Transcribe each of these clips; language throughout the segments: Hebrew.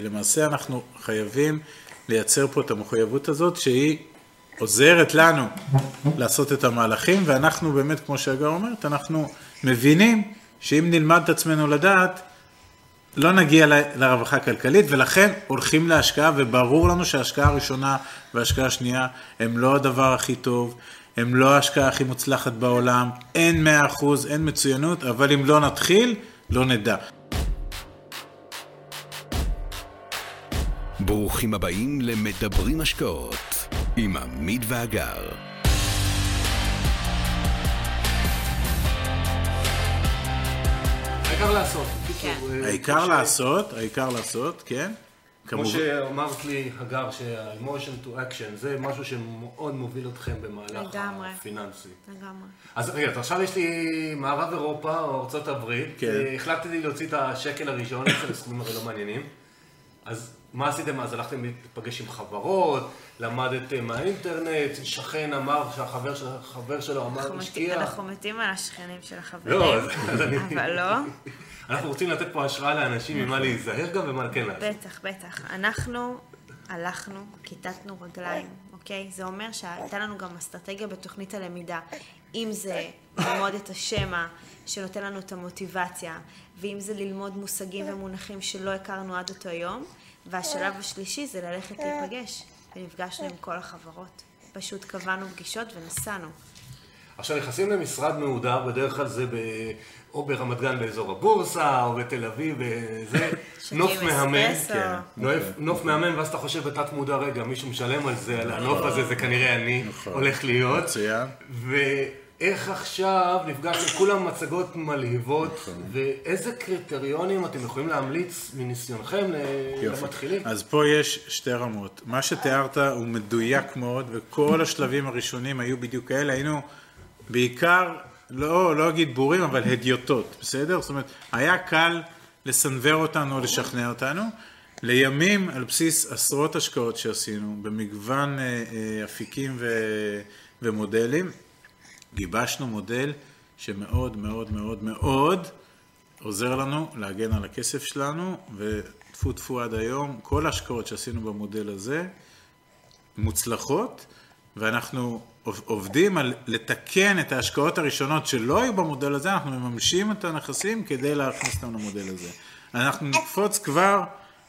למעשה אנחנו חייבים לייצר פה את המחויבות הזאת שהיא עוזרת לנו לעשות את המהלכים, ואנחנו באמת, כמו שהגר אומרת, אנחנו מבינים שאם נלמד את עצמנו לדעת, לא נגיע לרווחה הכלכלית, ולכן הולכים להשקעה, וברור לנו שההשקעה הראשונה וההשקעה השנייה הם לא הדבר הכי טוב, הם לא ההשקעה הכי מוצלחת בעולם, אין 100%, אין מצוינות, אבל אם לא נתחיל, לא נדע. ברוכים הבאים למדברים השקעות עם עמית והגר. העיקר לעשות. העיקר לעשות, כן. כמו שאמרת לי, הגר, שה-emotion to action זה משהו שמאוד מוביל אתכם במהלך הפיננסי. לגמרי. אז רגע, עכשיו יש לי מערב אירופה או ארצות הברית, החלטתי להוציא את השקל הראשון, אצל הסכומים הרי לא מעניינים. אז מה עשיתם אז? הלכתם להיפגש עם חברות, למדתם מהאינטרנט, שכן אמר שהחבר שלו אמר משקיע. אנחנו מתים על השכנים של החברים, לא, אבל לא. אנחנו רוצים לתת פה השראה לאנשים ממה להיזהר גם ומה כן לעשות. בטח. אנחנו הלכנו, כיתתנו רגליים, אוקיי? זה אומר שהייתה לנו גם אסטרטגיה בתוכנית הלמידה. אם זה ללמוד את השמה שנותן לנו את המוטיבציה, ואם זה ללמוד מושגים ומונחים שלא הכרנו עד אותו יום, והשלב השלישי זה ללכת להיפגש, ונפגשנו עם כל החברות. פשוט קבענו פגישות ונסענו. עכשיו נכנסים למשרד מהודר, בדרך כלל זה או ברמת גן באזור הבורסה, או בתל אביב, וזה נוף מהמם. נוף מהמם, ואז אתה חושב בתת מודע, רגע, מישהו משלם על זה, על הנוף הזה, זה כנראה אני הולך להיות. ואיך עכשיו נפגשנו כולם מצגות מלהיבות, ואיזה קריטריונים אתם יכולים להמליץ מניסיונכם למתחילים? אז פה יש שתי רמות. מה שתיארת הוא מדויק מאוד, וכל השלבים הראשונים היו בדיוק כאלה, היינו בעיקר, לא אגיד בורים, אבל הדיוטות, בסדר? זאת אומרת, היה קל לסנבר אותנו, לשכנע אותנו. לימים, על בסיס עשרות השקעות שעשינו, במגוון אפיקים ומודלים, גיבשנו מודל שמאוד מאוד מאוד מאוד עוזר לנו להגן על הכסף שלנו, ותפו תפו עד היום, כל ההשקעות שעשינו במודל הזה מוצלחות, ואנחנו עובדים על לתקן את ההשקעות הראשונות שלא היו במודל הזה, אנחנו מממשים את הנכסים כדי להכניס אותם למודל הזה. אנחנו נקפוץ כבר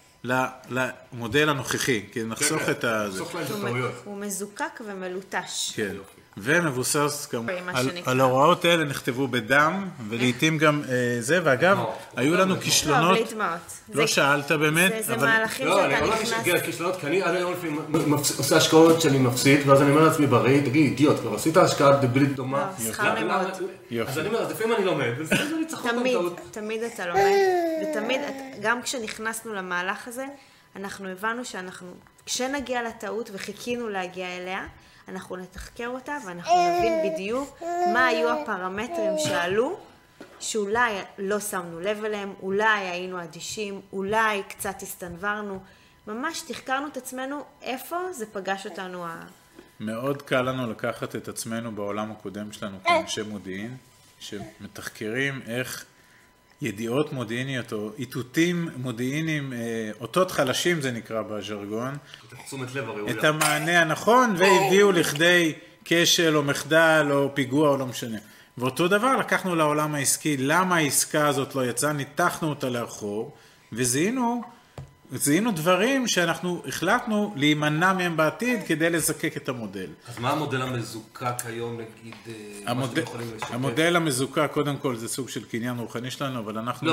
למודל הנוכחי, כי נחסוך את זה. הוא מזוקק ומלוטש. כן. ומבוסס גם על ההוראות האלה נכתבו בדם, ולעיתים גם זה, ואגב, היו לנו כישלונות, לא שאלת באמת, זה מהלכים שאתה נכנס. לא, כישלונות, כי אני עד היום לפעמים עושה השקעות שאני מפסיד, ואז אני אומר לעצמי בריא, תגיד, אידיוט, כבר עשית השקעה דבילית דומה. שכר לימוד. אז אני אומר, אז לפעמים אני לומד, תמיד אתה לומד, ותמיד, גם כשנכנסנו למהלך הזה, אנחנו הבנו כשנגיע לטעות וחיכינו להגיע אליה, אנחנו נתחקר אותה ואנחנו נבין בדיוק מה היו הפרמטרים שעלו, שאולי לא שמנו לב אליהם, אולי היינו אדישים, אולי קצת הסתנברנו, ממש תחקרנו את עצמנו איפה זה פגש אותנו. מאוד קל לנו לקחת את עצמנו בעולם הקודם שלנו כאנשי מודיעין, שמתחקרים איך ידיעות מודיעיניות או איתותים מודיעיניים, אותות חלשים זה נקרא בז'רגון, את המענה הנכון והביאו לכדי כשל או מחדל או פיגוע או לא משנה. ואותו דבר לקחנו לעולם העסקי, למה העסקה הזאת לא יצאה, ניתחנו אותה לאחור וזיהינו דברים שאנחנו החלטנו להימנע מהם בעתיד כדי לזקק את המודל. אז מה המודל המזוקק היום, נגיד, מה שאתם יכולים לשתף? המודל המזוקק, קודם כל, זה סוג של קניין רוחני שלנו, אבל אנחנו...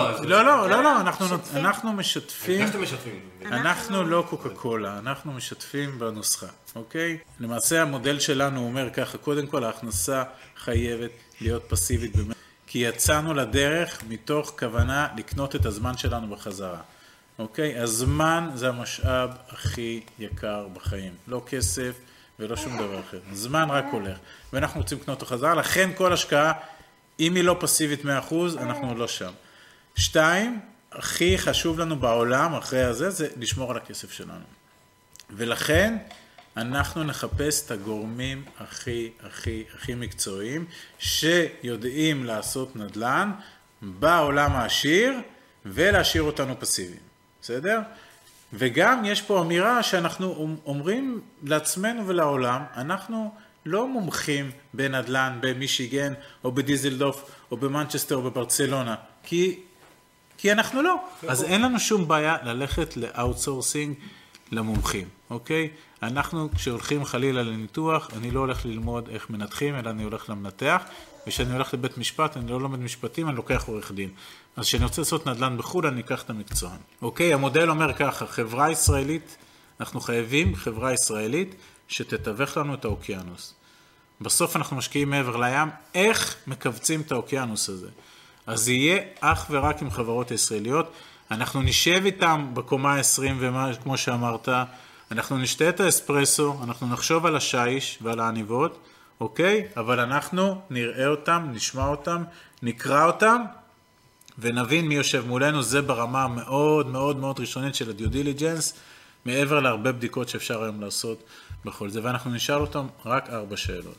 אנחנו משתפים... אנחנו לא קוקה קולה, אנחנו משתפים בנוסחה, אוקיי? למעשה המודל שלנו אומר ככה, קודם כל ההכנסה חייבת להיות פסיבית, כי יצאנו לדרך מתוך כוונה לקנות את הזמן שלנו בחזרה. אוקיי? הזמן זה המשאב הכי יקר בחיים. לא כסף ולא שום דבר אחר. הזמן רק הולך. ואנחנו רוצים לקנות אותו חזרה. לכן כל השקעה, אם היא לא פסיבית 100%, אנחנו לא שם. 2, הכי חשוב לנו בעולם אחרי הזה, זה לשמור על הכסף שלנו. ולכן אנחנו נחפש את הגורמים הכי מקצועיים, שיודעים לעשות נדל"ן בעולם העשיר, ולהשאיר אותנו פסיביים. בסדר? וגם יש פה אמירה שאנחנו אומרים לעצמנו ולעולם, אנחנו לא מומחים בנדל"ן, במישיגן, או בדיזלדורף, או במנצ'סטר, או בברצלונה, כי אנחנו לא. אז אין לנו שום בעיה ללכת לאוטסורסינג למומחים, אוקיי? אנחנו, כשהולכים חלילה לניתוח, אני לא הולך ללמוד איך מנתחים, אלא אני הולך למנתח, וכשאני הולך לבית משפט, אני לא לומד משפטים, אני לוקח עורך דין. אז כשאני רוצה לעשות נדל"ן בחו"ל, אני אקח את המקצוען. אוקיי? המודל אומר ככה, חברה ישראלית, אנחנו חייבים חברה ישראלית שתתווך לנו את האוקיינוס. בסוף אנחנו משקיעים מעבר לים, איך מקבצים את האוקיינוס הזה. אז יהיה אך ורק עם חברות ישראליות, אנחנו נשב איתם בקומה 20 וכמו שאמרת, אנחנו נשתה את האספרסו, אנחנו נחשוב על השיש ועל העניבות, אוקיי? אבל אנחנו נראה אותם, נשמע אותם, נקרא אותם, ונבין מי יושב מולנו, זה ברמה מאוד מאוד מאוד ראשונית של הדיו דיליג'נס, מעבר להרבה בדיקות שאפשר היום לעשות בכל זה, ואנחנו נשאל אותם רק 4 שאלות,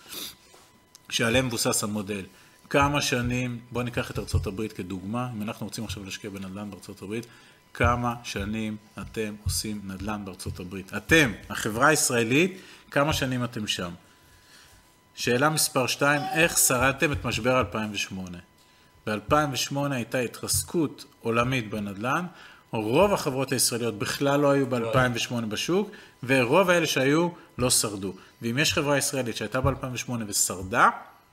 שעליהם מבוסס המודל. כמה שנים, בואו ניקח את ארצות הברית כדוגמה, אם אנחנו רוצים עכשיו להשקיע בנדל"ן בארצות הברית, כמה שנים אתם עושים נדל"ן בארצות הברית? אתם, החברה הישראלית, כמה שנים אתם שם? שאלה מספר 2, איך שרדתם את משבר 2008? ב-2008 הייתה התרסקות עולמית בנדל"ן, רוב החברות הישראליות בכלל לא היו ב-2008 בשוק, ורוב האלה שהיו לא שרדו. ואם יש חברה ישראלית שהייתה ב-2008 ושרדה,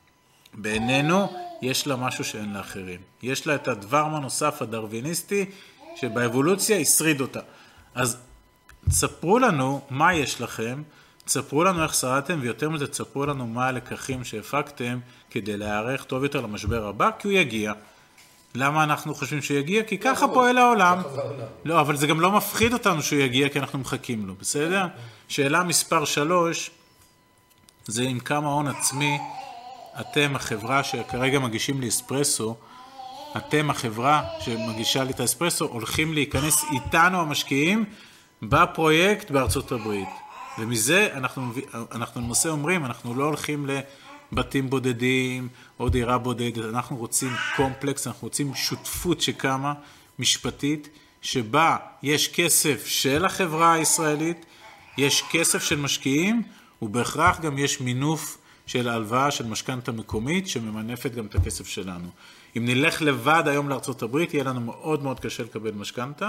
בעינינו יש לה משהו שאין לאחרים. יש לה את הדבר הנוסף הדרוויניסטי, שבאבולוציה ישריד אותה. אז תספרו לנו מה יש לכם, תספרו לנו איך שרדתם, ויותר מזה תספרו לנו מה הלקחים שהפקתם, כדי להיערך טוב יותר למשבר הבא, כי הוא יגיע. למה אנחנו חושבים שהוא יגיע? כי ככה פועל העולם. לא, אבל זה גם לא מפחיד אותנו שהוא יגיע, כי אנחנו מחכים לו, בסדר? שאלה מספר 3, זה עם כמה הון עצמי, אתם החברה שכרגע מגישים לי אספרסו, אתם החברה שמגישה לי את האספרסו, הולכים להיכנס איתנו המשקיעים בפרויקט בארצות הברית. ומזה אנחנו למעשה אומרים, אנחנו לא הולכים לבתים בודדים או דירה בודדת, אנחנו רוצים קומפלקס, אנחנו רוצים שותפות שקמה משפטית, שבה יש כסף של החברה הישראלית, יש כסף של משקיעים, ובהכרח גם יש מינוף של ההלוואה של משכנתא מקומית, שממנפת גם את הכסף שלנו. אם נלך לבד היום לארצות הברית, יהיה לנו מאוד מאוד קשה לקבל משכנתא,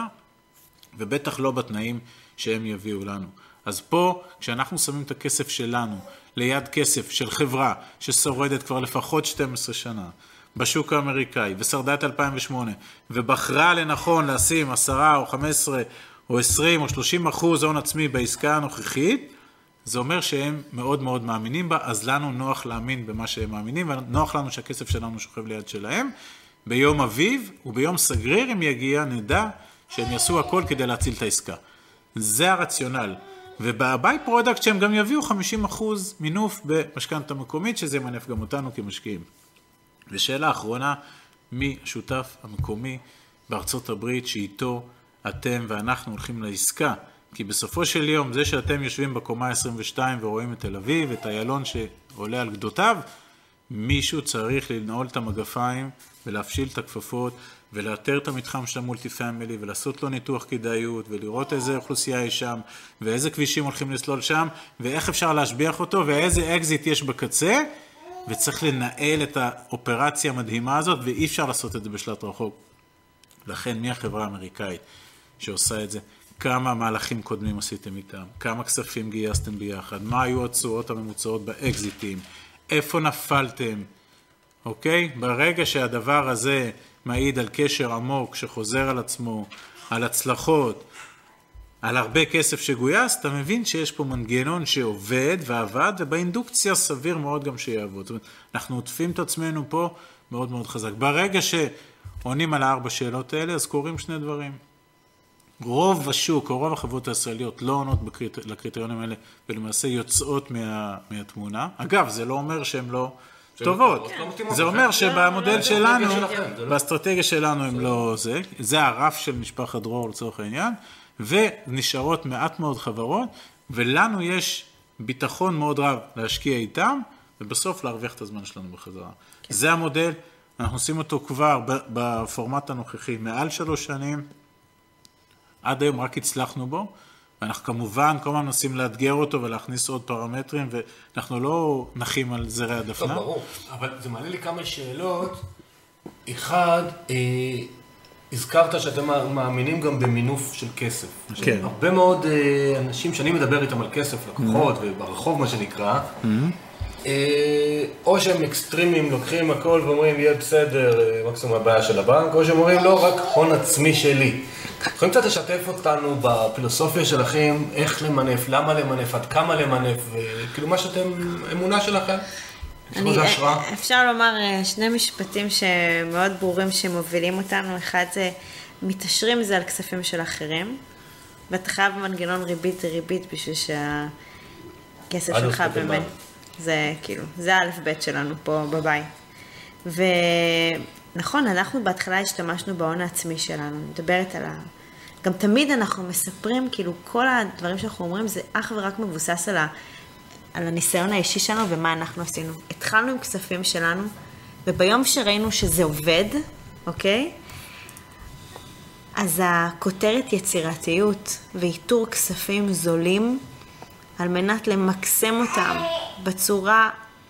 ובטח לא בתנאים שהם יביאו לנו. אז פה, כשאנחנו שמים את הכסף שלנו, ליד כסף של חברה ששורדת כבר לפחות 12 שנה, בשוק האמריקאי, ושרדה את 2008, ובחרה לנכון לשים 10 או 15 או 20 או 30% הון עצמי בעסקה הנוכחית, זה אומר שהם מאוד מאוד מאמינים בה, אז לנו נוח להאמין במה שהם מאמינים, ונוח לנו שהכסף שלנו שוכב ליד שלהם. ביום אביב וביום סגריר, אם יגיע, נדע שהם יעשו הכל כדי להציל את העסקה. זה הרציונל. ובביי פרודקט שהם גם יביאו 50% מינוף במשכנתא מקומית, שזה מנף גם אותנו כמשקיעים. ושאלה האחרונה, מי השותף המקומי בארצות הברית שאיתו אתם ואנחנו הולכים לעסקה? כי בסופו של יום, זה שאתם יושבים בקומה 22 ורואים את תל אביב, את איילון שעולה על גדותיו, מישהו צריך לנעול את המגפיים ולהפשיל את הכפפות ולאתר את המתחם של המולטי פמילי ולעשות לו ניתוח כדאיות ולראות איזה אוכלוסייה יש שם ואיזה כבישים הולכים לסלול שם ואיך אפשר להשביח אותו ואיזה אקזיט יש בקצה, וצריך לנהל את האופרציה המדהימה הזאת, ואי אפשר לעשות את זה בשלט רחוק. לכן מי החברה האמריקאית שעושה את זה? כמה מהלכים קודמים עשיתם איתם? כמה כספים גייסתם ביחד? מה היו התשואות הממוצעות באקזיטים? איפה נפלתם? אוקיי? ברגע שהדבר הזה מעיד על קשר עמוק שחוזר על עצמו, על הצלחות, על הרבה כסף שגויס, אתה מבין שיש פה מנגנון שעובד ועבד, ובאינדוקציה סביר מאוד גם שיעבוד. זאת אומרת, אנחנו עוטפים את עצמנו פה מאוד מאוד חזק. ברגע שעונים על 4 שאלות האלה, אז קורים 2 דברים. רוב השוק, או רוב החברות הישראליות לא עונות לקריטריונים האלה, ולמעשה יוצאות מהתמונה. אגב, זה לא אומר שהן לא טובות. זה אומר שבמודל שלנו, באסטרטגיה שלנו הם לא זה. זה הרף של משפחת דרור לצורך העניין, ונשארות מעט מאוד חברות, ולנו יש ביטחון מאוד רב להשקיע איתם, ובסוף להרוויח את הזמן שלנו בחזרה. זה המודל, אנחנו עושים אותו כבר בפורמט הנוכחי, מעל 3 שנים, עד היום רק הצלחנו בו, ואנחנו כמובן כל הזמן מנסים לאתגר אותו ולהכניס עוד פרמטרים, ואנחנו לא נחים על זרי הדפנה. טוב, ברור, אבל זה מעלה לי כמה שאלות. אחד, הזכרת שאתם מאמינים גם במינוף של כסף. כן. הרבה מאוד אנשים שאני מדבר איתם על כסף, לקוחות וברחוב מה שנקרא, או שהם אקסטרימים, לוקחים הכל ואומרים יהיה בסדר, מקסימום הבעיה של הבנק, או שהם אומרים לא, רק הון עצמי שלי. יכולים קצת לשתף אותנו בפילוסופיה שלכם, איך למנף, למה למנף, עד כמה למנף, וכאילו מה שאתם, אמונה שלכם? אפשר לומר שני משפטים שמאוד ברורים שמובילים אותנו. אחד זה, מתעשרים זה על כספים של אחרים, ואתה חייב מנגנון ריבית דריבית בשביל שהכסף שלך באמת. זה כאילו, זה האלף בית שלנו פה בבית. ונכון, אנחנו בהתחלה השתמשנו בהון העצמי שלנו, מדברת על גם תמיד אנחנו מספרים, כאילו כל הדברים שאנחנו אומרים זה אך ורק מבוסס על הניסיון האישי שלנו ומה אנחנו עשינו. התחלנו עם כספים שלנו, וביום שראינו שזה עובד, אוקיי? אז הכותרת יצירתיות ואיתור כספים זולים, על מנת למקסם אותם בצורה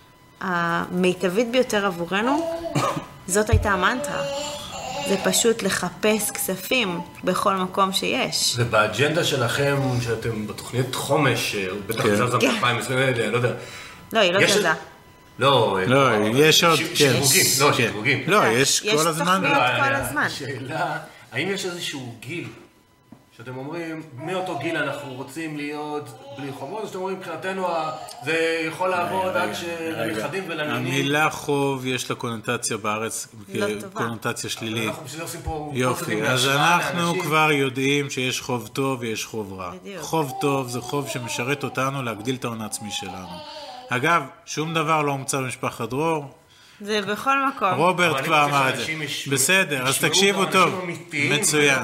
המיטבית ביותר עבורנו, זאת הייתה המנטרה. זה פשוט לחפש כספים בכל מקום שיש. ובאג'נדה שלכם, שאתם בתוכנית חומש, בטח זזה ב-2020, לא יודע. לא, היא לא זזה. לא, יש עוד, שדרוגים, לא, שדרוגים. לא, יש כל הזמן. יש תוכניות כל הזמן. השאלה, האם יש איזשהו גיל, שאתם אומרים, מאותו גיל אנחנו רוצים להיות בלי חובות, או שאתם אומרים, מבחינתנו זה יכול לעבוד עד שלנכדים ולנינים. המילה חוב יש לה קונוטציה בארץ, קונוטציה שלילית. אנחנו בשביל עושים פה... יופי, אז אנחנו כבר יודעים שיש חוב טוב ויש חוב רע. חוב טוב זה חוב שמשרת אותנו להגדיל את ההון העצמי שלנו. אגב, שום דבר לא הומצא במשפחת דרור. זה בכל מקום. רוברט כבר אמר את זה. בסדר, אז תקשיבו טוב. מצוין.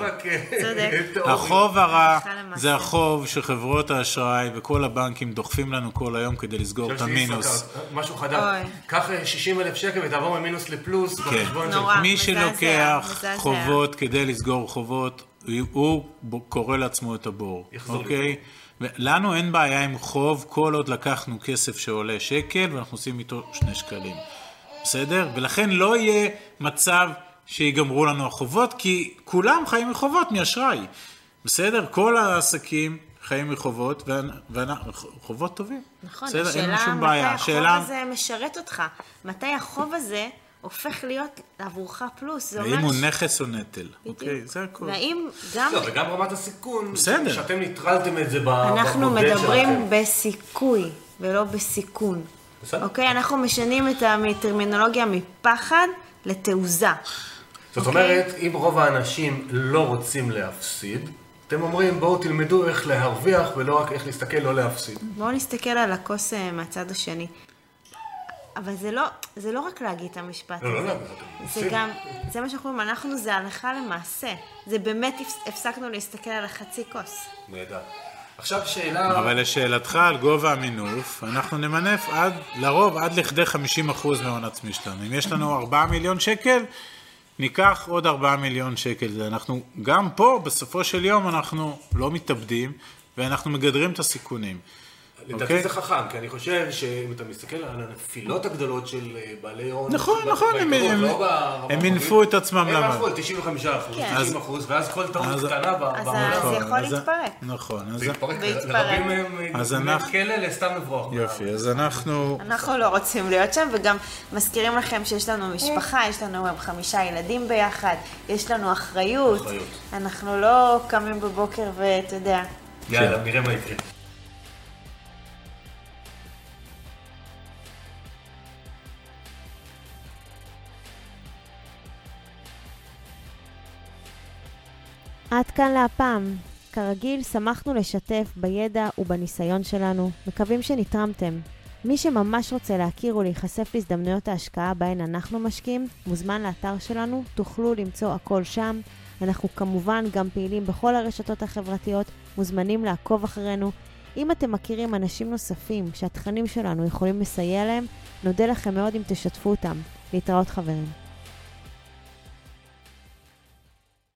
החוב הרע זה החוב שחברות האשראי וכל הבנקים דוחפים לנו כל היום כדי לסגור את המינוס. משהו חדש. קח 60,000 שקל ותעבור ממינוס לפלוס בחשבון שלך. מי שלוקח חובות כדי לסגור חובות, הוא קורא לעצמו את הבור. אוקיי? לנו אין בעיה עם חוב כל עוד לקחנו כסף שעולה שקל ואנחנו עושים איתו 2 שקלים. בסדר? ולכן לא יהיה מצב שיגמרו לנו החובות, כי כולם חיים מחובות מאשראי. בסדר? כל העסקים חיים מחובות, וחובות טובים. נכון, בסדר? השאלה מתי החוב הזה משרת אותך. מתי החוב הזה הופך להיות עבורך פלוס. האם הוא נכס או נטל. אוקיי, זה הכל. והאם גם... לא, וגם רמת הסיכון. בסדר. שאתם ניטרלתם את זה במודל שלכם. אנחנו מדברים בסיכוי ולא בסיכון. אוקיי, אנחנו משנים את הטרמינולוגיה מפחד לתעוזה. זאת אומרת, אם רוב האנשים לא רוצים להפסיד, אתם אומרים, בואו תלמדו איך להרוויח ולא רק איך להסתכל, לא להפסיד. בואו נסתכל על הכוס מהצד השני. אבל זה לא רק להגיד את המשפט הזה. זה גם, זה מה שאנחנו אומרים, אנחנו זה הלכה למעשה. זה באמת הפסקנו להסתכל על החצי כוס. נהדר. עכשיו שאלה... אבל לשאלתך על גובה המינוף, אנחנו נמנף לרוב עד לכדי 50% מההון עצמי שלנו. אם יש לנו 4 מיליון שקל, ניקח עוד 4 מיליון שקל. אנחנו גם פה, בסופו של יום, אנחנו לא מתאבדים, ואנחנו מגדרים את הסיכונים. לדעתי זה חכם, כי אני חושב שאם אתה מסתכל על הנפילות הגדולות של בעלי הון... נכון, הם מנפו את עצמם למה. הם הלכו 95%, 90%, ואז כל טעות קטנה בעולם. אז זה יכול להתפרק. נכון. זה יתפרק, לרבים מהם כלא לסתם לברוח. יופי, אז אנחנו... אנחנו לא רוצים להיות שם, וגם מזכירים לכם שיש לנו משפחה, יש לנו 5 ילדים ביחד, יש לנו אחריות. אנחנו לא קמים בבוקר ואתה יודע. יאללה, נראה מה יקרה. עד כאן להפעם. כרגיל, שמחנו לשתף בידע ובניסיון שלנו. מקווים שנתרמתם. מי שממש רוצה להכיר ולהיחשף להזדמנויות ההשקעה בהן אנחנו משקיעים, מוזמן לאתר שלנו, תוכלו למצוא הכל שם. אנחנו כמובן גם פעילים בכל הרשתות החברתיות, מוזמנים לעקוב אחרינו. אם אתם מכירים אנשים נוספים שהתכנים שלנו יכולים לסייע להם, נודה לכם מאוד אם תשתפו אותם. להתראות חברים.